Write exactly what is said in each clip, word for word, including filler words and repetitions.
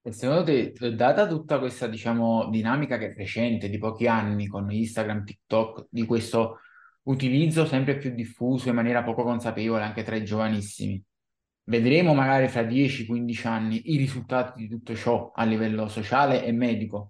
E secondo te, eh, data tutta questa, diciamo, dinamica che è recente, di pochi anni, con Instagram, TikTok, di questo utilizzo sempre più diffuso in maniera poco consapevole anche tra i giovanissimi, vedremo magari fra dieci quindici anni i risultati di tutto ciò a livello sociale e medico?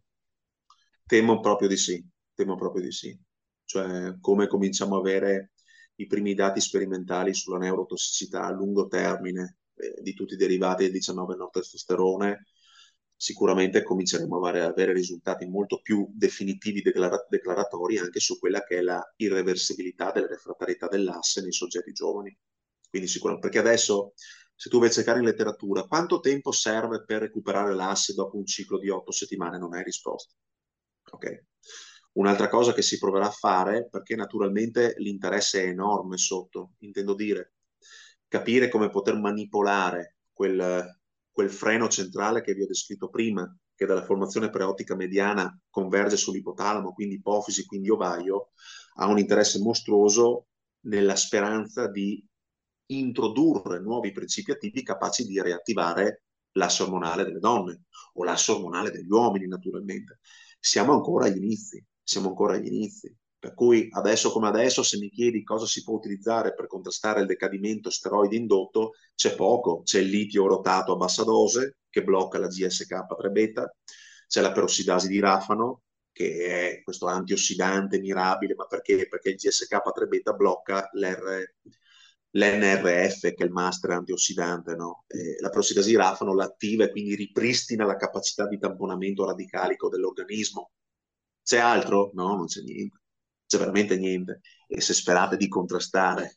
Temo proprio di sì, temo proprio di sì. Cioè, come cominciamo a avere i primi dati sperimentali sulla neurotossicità a lungo termine eh, di tutti i derivati del diciannove-nove-testosterone, sicuramente cominceremo a avere, avere risultati molto più definitivi, declara- declaratori anche su quella che è la irreversibilità della refrattarietà dell'asse nei soggetti giovani. Quindi sicuramente, perché adesso, se tu vai a cercare in letteratura, quanto tempo serve per recuperare l'asse dopo un ciclo di otto settimane? Non hai risposta. Ok. Un'altra cosa che si proverà a fare, perché naturalmente l'interesse è enorme sotto, intendo dire, capire come poter manipolare quel, quel freno centrale che vi ho descritto prima, che dalla formazione preottica mediana converge sull'ipotalamo, quindi ipofisi, quindi ovaio, ha un interesse mostruoso nella speranza di introdurre nuovi principi attivi capaci di riattivare l'asse ormonale delle donne o l'asse ormonale degli uomini, naturalmente. Siamo ancora agli inizi, siamo ancora agli inizi. Per cui adesso come adesso, se mi chiedi cosa si può utilizzare per contrastare il decadimento steroide indotto, c'è poco. C'è il litio rotato a bassa dose, che blocca la G S K tre beta, c'è la perossidasi di rafano, che è questo antiossidante mirabile, ma perché? Perché il G S K tre beta blocca l'R l'N R F, che è il master antiossidante, no? Eh, la perossidasi rafano l'attiva e quindi ripristina la capacità di tamponamento radicalico dell'organismo. C'è altro? No, non c'è niente. C'è veramente niente. E se sperate di contrastare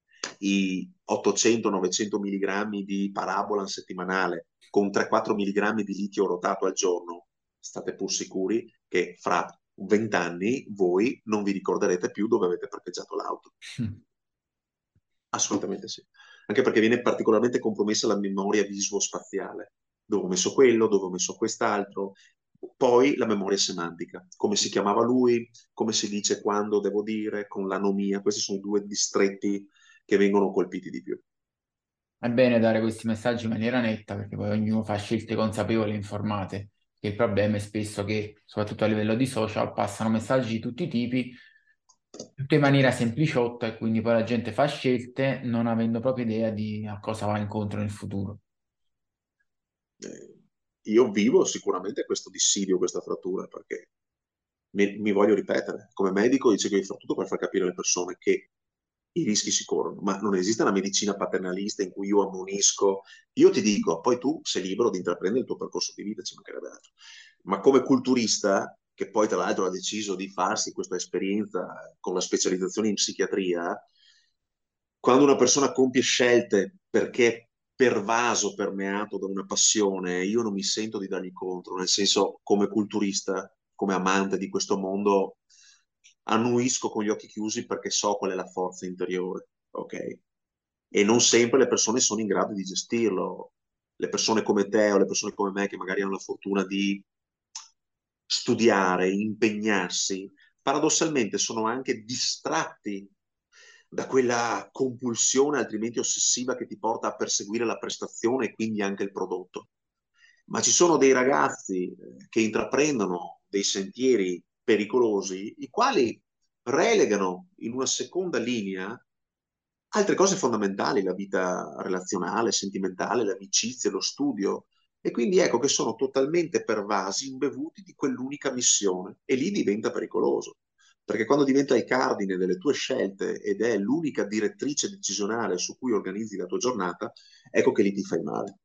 i ottocento novecento milligrammi di parabolan settimanale con tre quattro milligrammi di litio rotato al giorno, state pur sicuri che fra venti anni voi non vi ricorderete più dove avete parcheggiato l'auto. Assolutamente sì. Anche perché viene particolarmente compromessa la memoria visuo-spaziale. Dove ho messo quello, dove ho messo quest'altro. Poi la memoria semantica, come si chiamava lui, come si dice quando devo dire, con l'anomia. Questi sono i due distretti che vengono colpiti di più. È bene dare questi messaggi in maniera netta perché poi ognuno fa scelte consapevoli e informate, che il problema è spesso che, soprattutto a livello di social, passano messaggi di tutti i tipi, tutto in maniera sempliciotta e quindi poi la gente fa scelte non avendo proprio idea di a cosa va incontro nel futuro. Eh, io vivo sicuramente questo dissidio, questa frattura, perché mi, mi voglio ripetere, come medico dice che devi fare tutto per far capire alle persone che i rischi si corrono, ma non esiste una medicina paternalista in cui io ammonisco, io ti dico, poi tu sei libero di intraprendere il tuo percorso di vita, ci mancherebbe altro. Ma come culturista, che poi tra l'altro ha deciso di farsi questa esperienza con la specializzazione in psichiatria, quando una persona compie scelte perché è pervaso, permeato da una passione, io non mi sento di dargli contro, nel senso, come culturista, come amante di questo mondo, annuisco con gli occhi chiusi perché so qual è la forza interiore, ok? E non sempre le persone sono in grado di gestirlo. Le persone come te o le persone come me che magari hanno la fortuna di studiare, impegnarsi, paradossalmente sono anche distratti da quella compulsione altrimenti ossessiva che ti porta a perseguire la prestazione e quindi anche il prodotto. Ma ci sono dei ragazzi eh, che intraprendono dei sentieri pericolosi, i quali relegano in una seconda linea altre cose fondamentali, la vita relazionale, sentimentale, l'amicizia, lo studio. E quindi ecco che sono totalmente pervasi, imbevuti di quell'unica missione. E lì diventa pericoloso. Perché quando diventa il cardine delle tue scelte ed è l'unica direttrice decisionale su cui organizzi la tua giornata, ecco che lì ti fai male.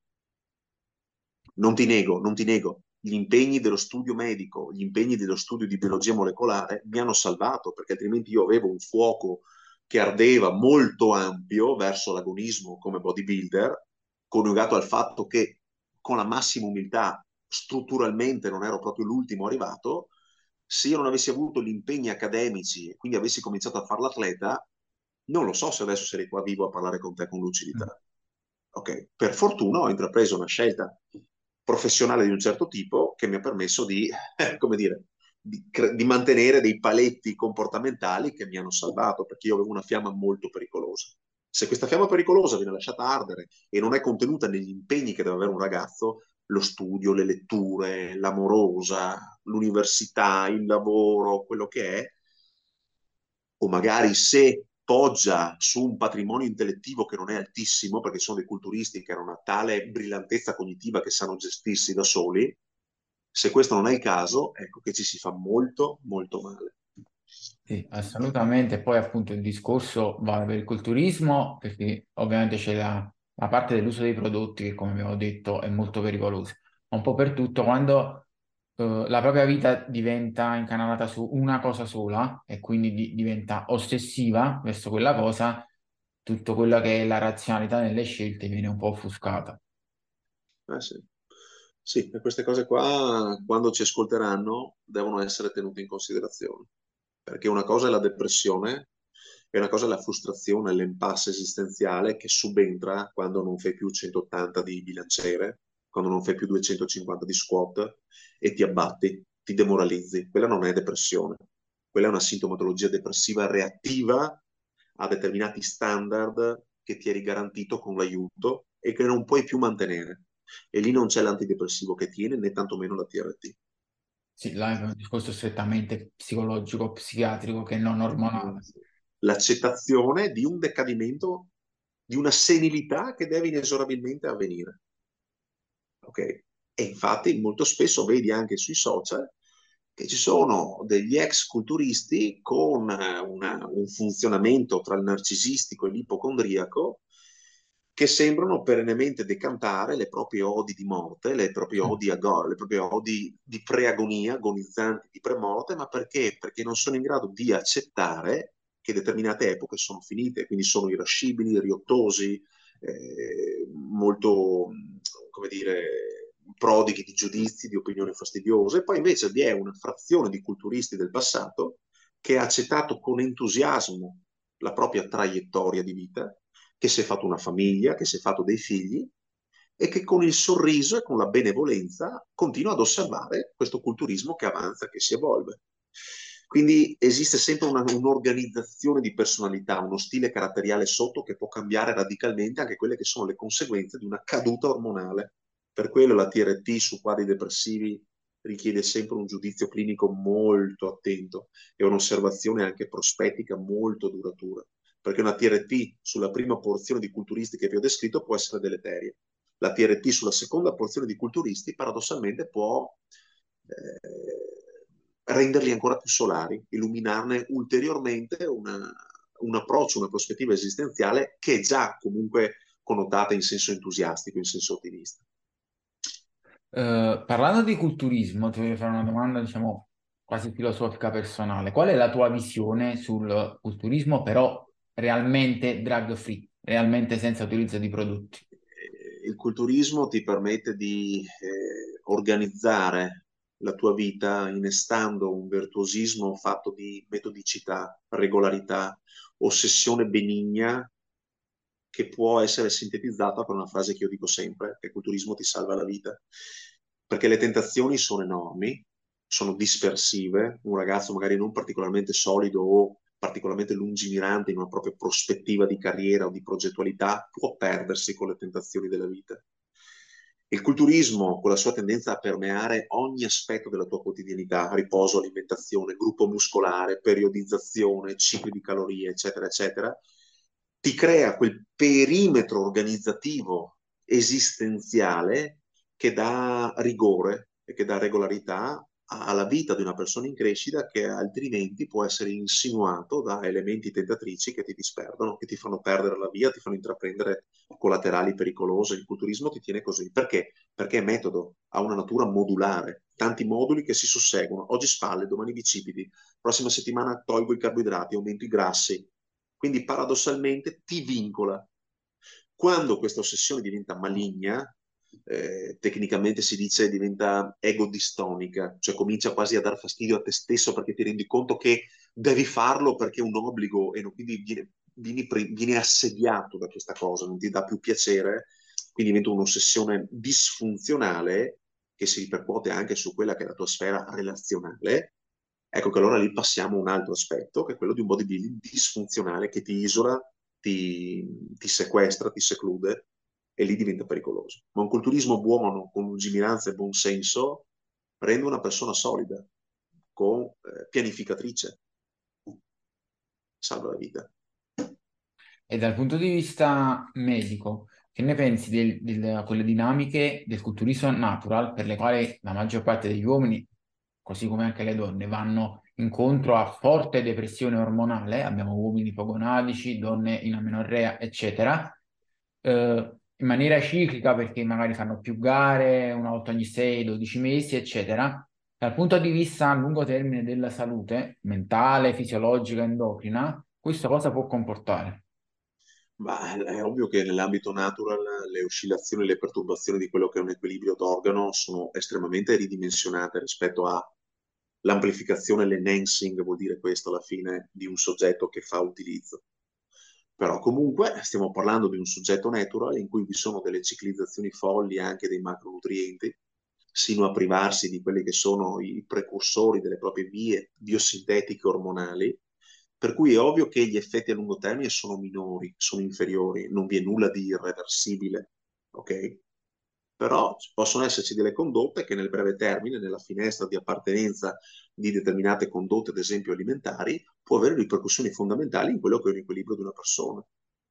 Non ti nego, non ti nego, gli impegni dello studio medico, gli impegni dello studio di biologia molecolare mi hanno salvato, perché altrimenti io avevo un fuoco che ardeva molto ampio verso l'agonismo come bodybuilder, coniugato al fatto che con la massima umiltà strutturalmente non ero proprio l'ultimo arrivato, se io non avessi avuto gli impegni accademici e quindi avessi cominciato a fare l'atleta, non lo so se adesso sarei qua vivo a parlare con te con Mm. lucidità. Ok, per fortuna ho intrapreso una scelta professionale di un certo tipo che mi ha permesso di, eh, come dire, di, di mantenere dei paletti comportamentali che mi hanno salvato, perché io avevo una fiamma molto pericolosa. Se questa fiamma pericolosa viene lasciata ardere e non è contenuta negli impegni che deve avere un ragazzo, lo studio, le letture, l'amorosa, l'università, il lavoro, quello che è, o magari se poggia su un patrimonio intellettivo che non è altissimo, perché sono dei culturisti che hanno una tale brillantezza cognitiva che sanno gestirsi da soli, se questo non è il caso, ecco che ci si fa molto, molto male. Sì, assolutamente. Poi appunto il discorso va per il culturismo, perché ovviamente c'è la, la parte dell'uso dei prodotti che, come abbiamo detto, è molto pericolosa. Ma un po' per tutto, quando eh, la propria vita diventa incanalata su una cosa sola e quindi di- diventa ossessiva verso quella cosa, tutto quello che è la razionalità nelle scelte viene un po' offuscata. Eh sì. Sì, e queste cose qua, quando ci ascolteranno, devono essere tenute in considerazione. Perché una cosa è la depressione e una cosa è la frustrazione, l'impasse esistenziale che subentra quando non fai più centottanta di bilanciere, quando non fai più duecentocinquanta di squat e ti abbatti, ti demoralizzi. Quella non è depressione, quella è una sintomatologia depressiva reattiva a determinati standard che ti eri garantito con l'aiuto e che non puoi più mantenere. E lì non c'è l'antidepressivo che tiene, né tantomeno la T R T. Sì, là è un discorso strettamente psicologico, psichiatrico che non ormonale. L'accettazione di un decadimento, di una senilità che deve inesorabilmente avvenire. Ok? E infatti molto spesso vedi anche sui social che ci sono degli ex culturisti con eh, una- un funzionamento tra il narcisistico e l'ipocondriaco che sembrano perennemente decantare le proprie odi di morte, le proprie odi ago- le proprie odi di preagonia, agonizzanti di premorte, ma perché? Perché non sono in grado di accettare che determinate epoche sono finite, quindi sono irascibili, riottosi, eh, molto, come dire, prodighi di giudizi, di opinioni fastidiose. Poi invece vi è una frazione di culturisti del passato che ha accettato con entusiasmo la propria traiettoria di vita, che si è fatto una famiglia, che si è fatto dei figli e che con il sorriso e con la benevolenza continua ad osservare questo culturismo che avanza, che si evolve. Quindi esiste sempre una, un'organizzazione di personalità, uno stile caratteriale sotto che può cambiare radicalmente anche quelle che sono le conseguenze di una caduta ormonale. Per quello la T R T su quadri depressivi richiede sempre un giudizio clinico molto attento e un'osservazione anche prospettica molto duratura, perché una T R T sulla prima porzione di culturisti che vi ho descritto può essere deleteria. La T R T sulla seconda porzione di culturisti paradossalmente può eh, renderli ancora più solari, illuminarne ulteriormente una, un approccio, una prospettiva esistenziale che è già comunque connotata in senso entusiastico, in senso ottimista. Eh, parlando di culturismo, ti voglio fare una domanda, diciamo, quasi filosofica personale. Qual è la tua visione sul culturismo, però realmente drug free, realmente senza utilizzo di prodotti? Il culturismo ti permette di eh, organizzare la tua vita innestando un virtuosismo fatto di metodicità, regolarità, ossessione benigna che può essere sintetizzata per una frase che io dico sempre, che il culturismo ti salva la vita, perché le tentazioni sono enormi, sono dispersive, un ragazzo magari non particolarmente solido o particolarmente lungimirante in una propria prospettiva di carriera o di progettualità può perdersi con le tentazioni della vita. Il culturismo, con la sua tendenza a permeare ogni aspetto della tua quotidianità, riposo, alimentazione, gruppo muscolare, periodizzazione, cicli di calorie, eccetera, eccetera, ti crea quel perimetro organizzativo esistenziale che dà rigore e che dà regolarità alla vita di una persona in crescita che altrimenti può essere insinuato da elementi tentatrici che ti disperdono, che ti fanno perdere la via, ti fanno intraprendere collaterali pericolose. Il culturismo ti tiene così. Perché? Perché è metodo, ha una natura modulare, tanti moduli che si susseguono. Oggi spalle, domani bicipiti, prossima settimana tolgo i carboidrati, aumento i grassi. Quindi paradossalmente ti vincola. Quando questa ossessione diventa maligna, eh, tecnicamente si dice diventa ego-distonica, cioè comincia quasi a dar fastidio a te stesso perché ti rendi conto che devi farlo perché è un obbligo e non, quindi viene, vieni, vieni assediato da questa cosa, non ti dà più piacere, quindi diventa un'ossessione disfunzionale che si ripercuote anche su quella che è la tua sfera relazionale. Ecco che allora lì passiamo a un altro aspetto, che è quello di un bodybuilding disfunzionale che ti isola, ti, ti sequestra, ti seclude e lì diventa pericoloso. Ma un culturismo buono, con lungimiranza e buon senso, rende una persona solida, con eh, pianificatrice, salva la vita. E dal punto di vista medico, che ne pensi di quelle dinamiche del culturismo natural per le quali la maggior parte degli uomini, così come anche le donne, vanno incontro a forte depressione ormonale? Abbiamo uomini ipogonadici, donne in amenorrea, eccetera, eh, in maniera ciclica perché magari fanno più gare, una volta ogni sei dodici mesi, eccetera. Dal punto di vista a lungo termine della salute mentale, fisiologica, endocrina, questo cosa può comportare? Ma è ovvio che nell'ambito natural le oscillazioni e le perturbazioni di quello che è un equilibrio d'organo sono estremamente ridimensionate rispetto all'amplificazione, l'enhancing, vuol dire questo alla fine, di un soggetto che fa utilizzo. Però comunque stiamo parlando di un soggetto natural in cui vi sono delle ciclizzazioni folli anche dei macronutrienti, sino a privarsi di quelli che sono i precursori delle proprie vie biosintetiche ormonali, per cui è ovvio che gli effetti a lungo termine sono minori, sono inferiori, non vi è nulla di irreversibile, ok? Però possono esserci delle condotte che nel breve termine, nella finestra di appartenenza di determinate condotte, ad esempio alimentari, può avere ripercussioni fondamentali in quello che è un equilibrio di una persona.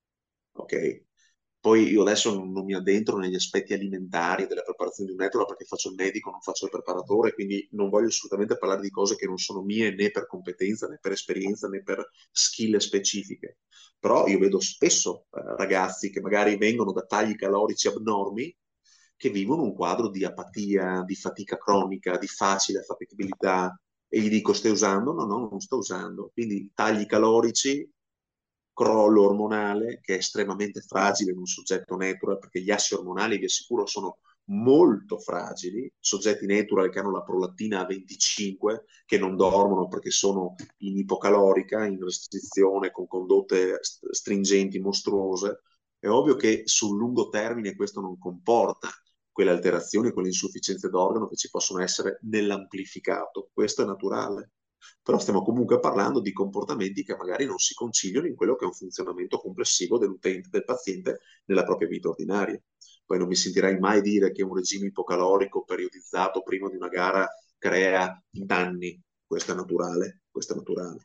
Ok? Poi io adesso non, non mi addentro negli aspetti alimentari della preparazione di un metodo perché faccio il medico, non faccio il preparatore, quindi non voglio assolutamente parlare di cose che non sono mie né per competenza, né per esperienza, né per skill specifiche. Però io vedo spesso eh, ragazzi che magari vengono da tagli calorici abnormi, che vivono un quadro di apatia, di fatica cronica, di facile affaticabilità, e gli dico stai usando? No, no, non sto usando. Quindi tagli calorici, crollo ormonale che è estremamente fragile in un soggetto natural, perché gli assi ormonali, vi assicuro, sono molto fragili, soggetti natural che hanno la prolattina a venticinque, che non dormono perché sono in ipocalorica, in restrizione, con condotte stringenti mostruose. È ovvio che sul lungo termine questo non comporta quelle alterazioni, quelle insufficienze d'organo che ci possono essere nell'amplificato. Questo è naturale. Però stiamo comunque parlando di comportamenti che magari non si conciliano in quello che è un funzionamento complessivo dell'utente, del paziente, nella propria vita ordinaria. Poi non mi sentirai mai dire che un regime ipocalorico periodizzato prima di una gara crea danni. Questo è naturale, questo è naturale.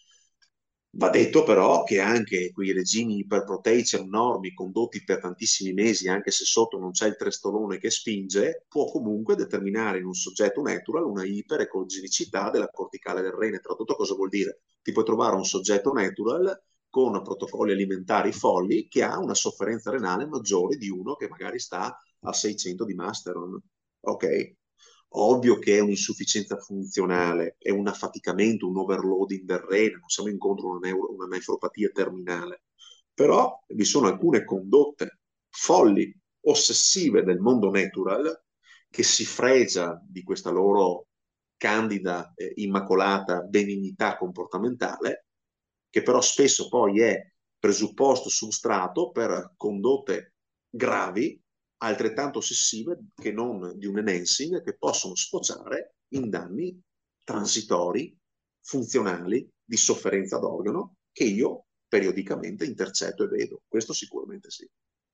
Va detto però che anche quei regimi iperproteici abnormi condotti per tantissimi mesi, anche se sotto non c'è il trestolone che spinge, può comunque determinare in un soggetto natural una iperecogenicità della corticale del rene. Tradotto cosa vuol dire? Ti puoi trovare un soggetto natural con protocolli alimentari folli che ha una sofferenza renale maggiore di uno che magari sta a seicento di Masteron. Ok? Ovvio che è un'insufficienza funzionale, è un affaticamento, un overloading del rene, non siamo incontro a una, neuro, una nefropatia terminale. Però vi sono alcune condotte folli, ossessive del mondo natural, che si fregia di questa loro candida, eh, immacolata benignità comportamentale, che però spesso poi è presupposto substrato per condotte gravi altrettanto ossessive che non di un enhancing, che possono sfociare in danni transitori, funzionali, di sofferenza d'organo, che io periodicamente intercetto e vedo. Questo sicuramente sì.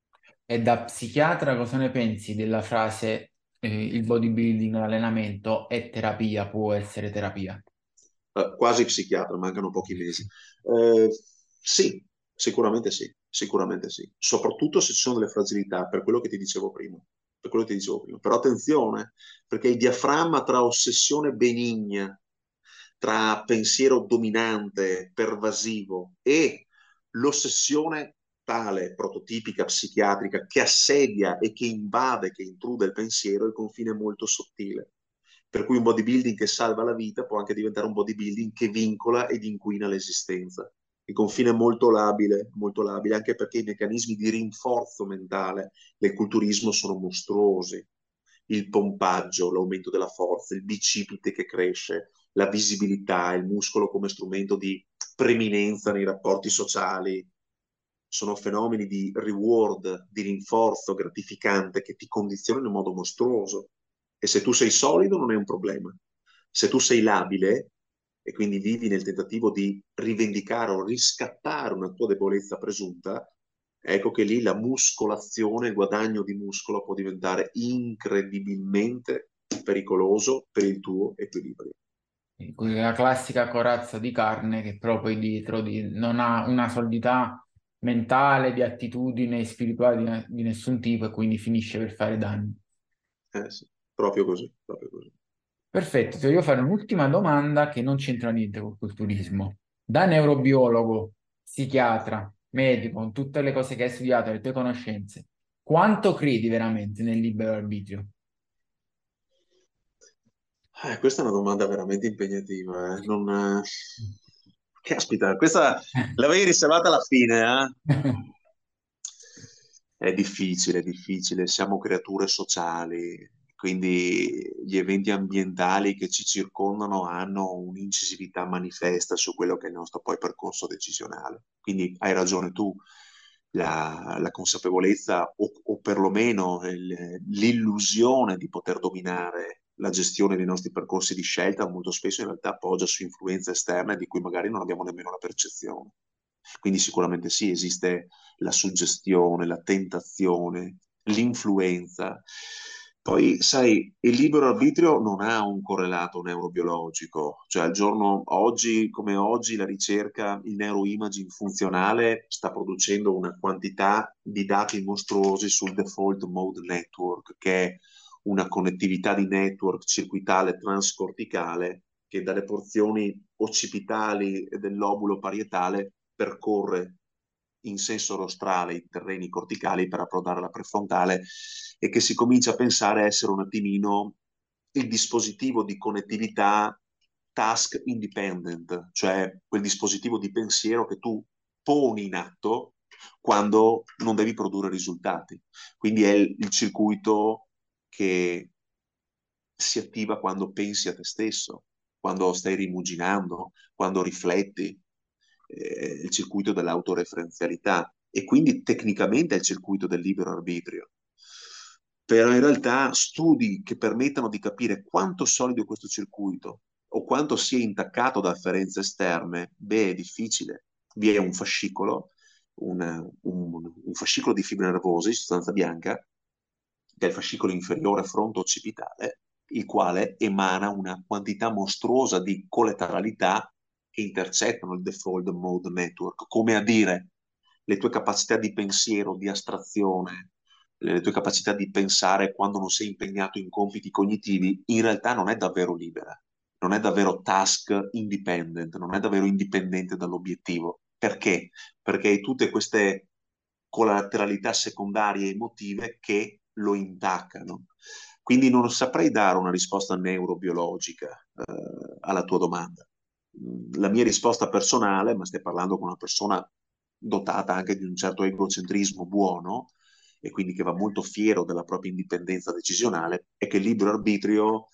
E da psichiatra cosa ne pensi della frase eh, il bodybuilding, l'allenamento è terapia, può essere terapia? Eh, quasi psichiatra, mancano pochi mesi. Eh, sì, sicuramente sì, sicuramente sì. Soprattutto se ci sono delle fragilità, per quello che ti dicevo prima. Per quello che ti dicevo prima. Però attenzione, perché il diaframma tra ossessione benigna, tra pensiero dominante, pervasivo e l'ossessione tale, prototipica, psichiatrica, che assedia e che invade, che intrude il pensiero, il confine è molto sottile. Per cui un bodybuilding che salva la vita può anche diventare un bodybuilding che vincola ed inquina l'esistenza. Il confine è molto labile, molto labile, anche perché i meccanismi di rinforzo mentale del culturismo sono mostruosi. Il pompaggio, l'aumento della forza, il bicipite che cresce, la visibilità, il muscolo come strumento di preminenza nei rapporti sociali, sono fenomeni di reward, di rinforzo gratificante che ti condizionano in modo mostruoso. E se tu sei solido non è un problema. Se tu sei labile e quindi vivi nel tentativo di rivendicare o riscattare una tua debolezza presunta, ecco che lì la muscolazione, il guadagno di muscolo può diventare incredibilmente pericoloso per il tuo equilibrio. Quella classica corazza di carne che però poi dietro di- non ha una solidità mentale, di attitudine spirituale di, di nessun tipo e quindi finisce per fare danni. Eh sì, proprio così, proprio così. Perfetto, ti voglio fare un'ultima domanda che non c'entra niente col culturismo. Da neurobiologo, psichiatra, medico, con tutte le cose che hai studiato, le tue conoscenze, quanto credi veramente nel libero arbitrio? Eh, questa è una domanda veramente impegnativa, eh. Non, eh, Caspita, questa l'avevi riservata alla fine, eh? È difficile, è difficile. Siamo creature sociali, quindi gli eventi ambientali che ci circondano hanno un'incisività manifesta su quello che è il nostro poi percorso decisionale. Quindi hai ragione tu, la, la consapevolezza o, o perlomeno il- l'illusione di poter dominare la gestione dei nostri percorsi di scelta molto spesso in realtà appoggia su influenze esterne di cui magari non abbiamo nemmeno la percezione. Quindi sicuramente sì, esiste la suggestione, la tentazione, l'influenza. Poi, sai, il libero arbitrio non ha un correlato neurobiologico, cioè al giorno oggi, come oggi, la ricerca, il neuroimaging funzionale sta producendo una quantità di dati mostruosi sul default mode network, che è una connettività di network circuitale transcorticale che dalle porzioni occipitali e del lobulo parietale percorre in senso rostrale i terreni corticali per approdare alla prefrontale e che si comincia a pensare essere un attimino il dispositivo di connettività task independent, cioè quel dispositivo di pensiero che tu poni in atto quando non devi produrre risultati. Quindi è il, il circuito che si attiva quando pensi a te stesso, quando stai rimuginando, quando rifletti, eh, il circuito dell'autoreferenzialità e quindi tecnicamente è il circuito del libero arbitrio. Però in realtà studi che permettano di capire quanto solido è questo circuito o quanto sia intaccato da afferenze esterne, beh, è difficile. Vi è un fascicolo, un, un, un fascicolo di fibre nervose di sostanza bianca, che è il fascicolo inferiore fronto-occipitale, il quale emana una quantità mostruosa di collateralità che intercettano il default mode network, come a dire le tue capacità di pensiero, di astrazione, le tue capacità di pensare quando non sei impegnato in compiti cognitivi, in realtà non è davvero libera, non è davvero task independent, non è davvero indipendente dall'obiettivo. Perché? Perché hai tutte queste collateralità secondarie emotive che lo intaccano. Quindi non saprei dare una risposta neurobiologica eh, alla tua domanda. La mia risposta personale, ma stai parlando con una persona dotata anche di un certo egocentrismo buono e quindi che va molto fiero della propria indipendenza decisionale, è che il libero arbitrio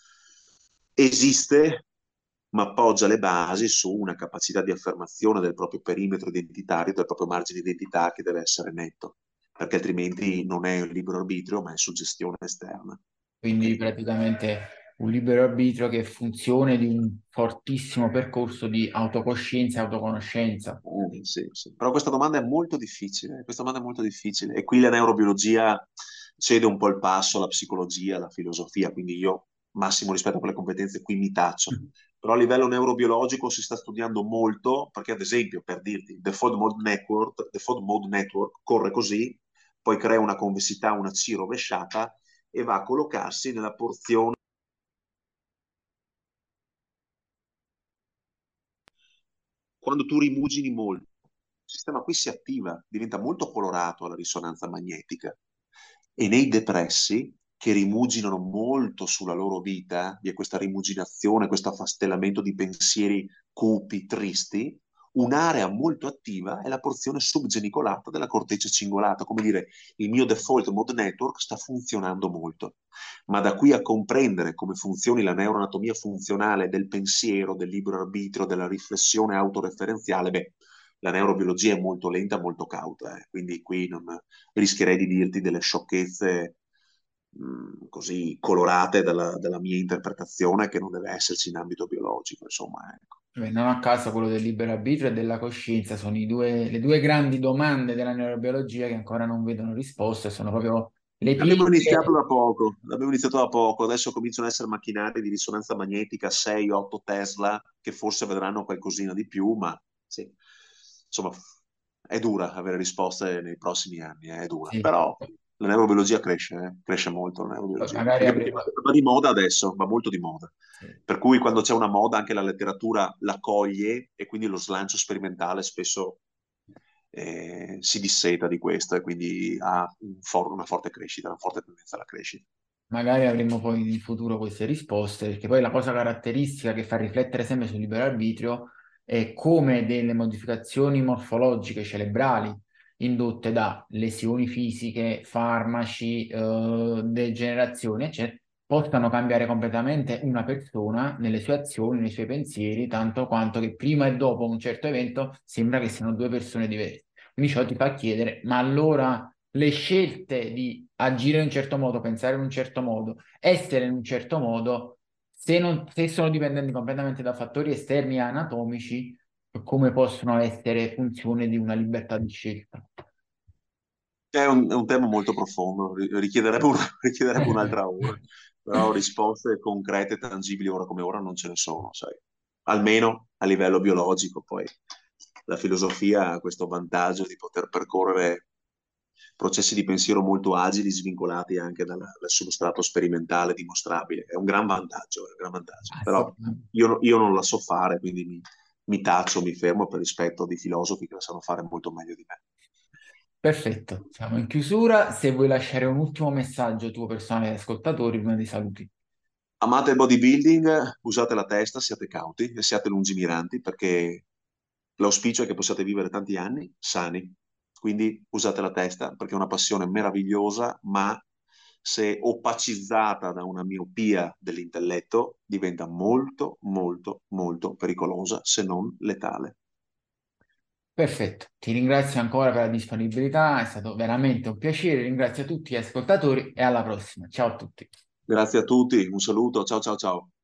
esiste, ma poggia le basi su una capacità di affermazione del proprio perimetro identitario, del proprio margine di identità che deve essere netto, perché altrimenti non è un libero arbitrio, ma è suggestione esterna. Quindi Ok? praticamente un libero arbitrio che è funzione di un fortissimo percorso di autocoscienza e autoconoscenza. Eh, sì, sì. Però questa domanda è molto difficile, questa domanda è molto difficile e qui la neurobiologia cede un po' il passo alla psicologia, alla filosofia, quindi io massimo rispetto a quelle competenze qui mi taccio. Però a livello neurobiologico si sta studiando molto, perché ad esempio, per dirti, il default mode network, default mode network corre così, poi crea una convessità, una C rovesciata e va a collocarsi nella porzione quando tu rimugini molto. Il sistema qui si attiva, diventa molto colorato alla risonanza magnetica e nei depressi che rimuginano molto sulla loro vita, vi è questa rimuginazione, questo affastellamento di pensieri cupi, tristi, un'area molto attiva è la porzione subgenicolata della corteccia cingolata, come dire, il mio default mode network sta funzionando molto, ma da qui a comprendere come funzioni la neuroanatomia funzionale del pensiero, del libero arbitrio, della riflessione autoreferenziale, beh, la neurobiologia è molto lenta, molto cauta, eh, quindi qui non rischierei di dirti delle sciocchezze mh, così colorate dalla, dalla mia interpretazione che non deve esserci in ambito biologico, insomma, ecco. Beh, non a caso quello del libero arbitrio e della coscienza sono i due- le due grandi domande della neurobiologia che ancora non vedono risposte, sono proprio le Abbiamo iniziato pietre. da poco, abbiamo iniziato da poco, adesso cominciano ad essere macchinari di risonanza magnetica sei otto Tesla, che forse vedranno qualcosina di più, ma sì, insomma, è dura avere risposte nei prossimi anni, eh, è dura. Sì. Però la neurobiologia cresce, eh, cresce molto la Poi neurobiologia, magari anche perché avremo... va, va di moda adesso, va molto di moda. sì. Per cui quando c'è una moda anche la letteratura la coglie e quindi lo slancio sperimentale spesso eh, si disseta di questo e quindi ha un for- una forte crescita, una forte tendenza alla crescita. Magari avremo poi in futuro queste risposte, perché poi la cosa caratteristica che fa riflettere sempre sul libero arbitrio è come delle modificazioni morfologiche cerebrali indotte da lesioni fisiche, farmaci, eh, degenerazioni, eccetera, possano cambiare completamente una persona nelle sue azioni, nei suoi pensieri, tanto quanto che prima e dopo un certo evento sembra che siano due persone diverse. Quindi ciò ti fa chiedere, ma allora le scelte di agire in un certo modo, pensare in un certo modo, essere in un certo modo, se, non, se sono dipendenti completamente da fattori esterni e anatomici, come possono essere funzione di una libertà di scelta? È un, è un tema molto profondo, ri- richiederebbe, un- richiederebbe un'altra ora, però risposte concrete, tangibili ora come ora non ce ne sono, sai. Almeno a livello biologico, poi la filosofia ha questo vantaggio di poter percorrere processi di pensiero molto agili, svincolati anche dalla- dal substrato sperimentale dimostrabile. È un gran vantaggio, è un gran vantaggio. Però Assolutamente. io, io non la so fare, quindi mi, mi taccio, mi fermo per rispetto di filosofi che la sanno fare molto meglio di me. Perfetto, siamo in chiusura. Se vuoi lasciare un ultimo messaggio tuo personale agli ascoltatori prima dei saluti. Amate il bodybuilding, usate la testa, siate cauti e siate lungimiranti perché l'auspicio è che possiate vivere tanti anni sani. Quindi usate la testa perché è una passione meravigliosa, ma se opacizzata da una miopia dell'intelletto diventa molto, molto, molto pericolosa, se non letale. Perfetto, ti ringrazio ancora per la disponibilità, è stato veramente un piacere. Ringrazio tutti gli ascoltatori e alla prossima. Ciao a tutti. Grazie a tutti, un saluto, ciao ciao ciao.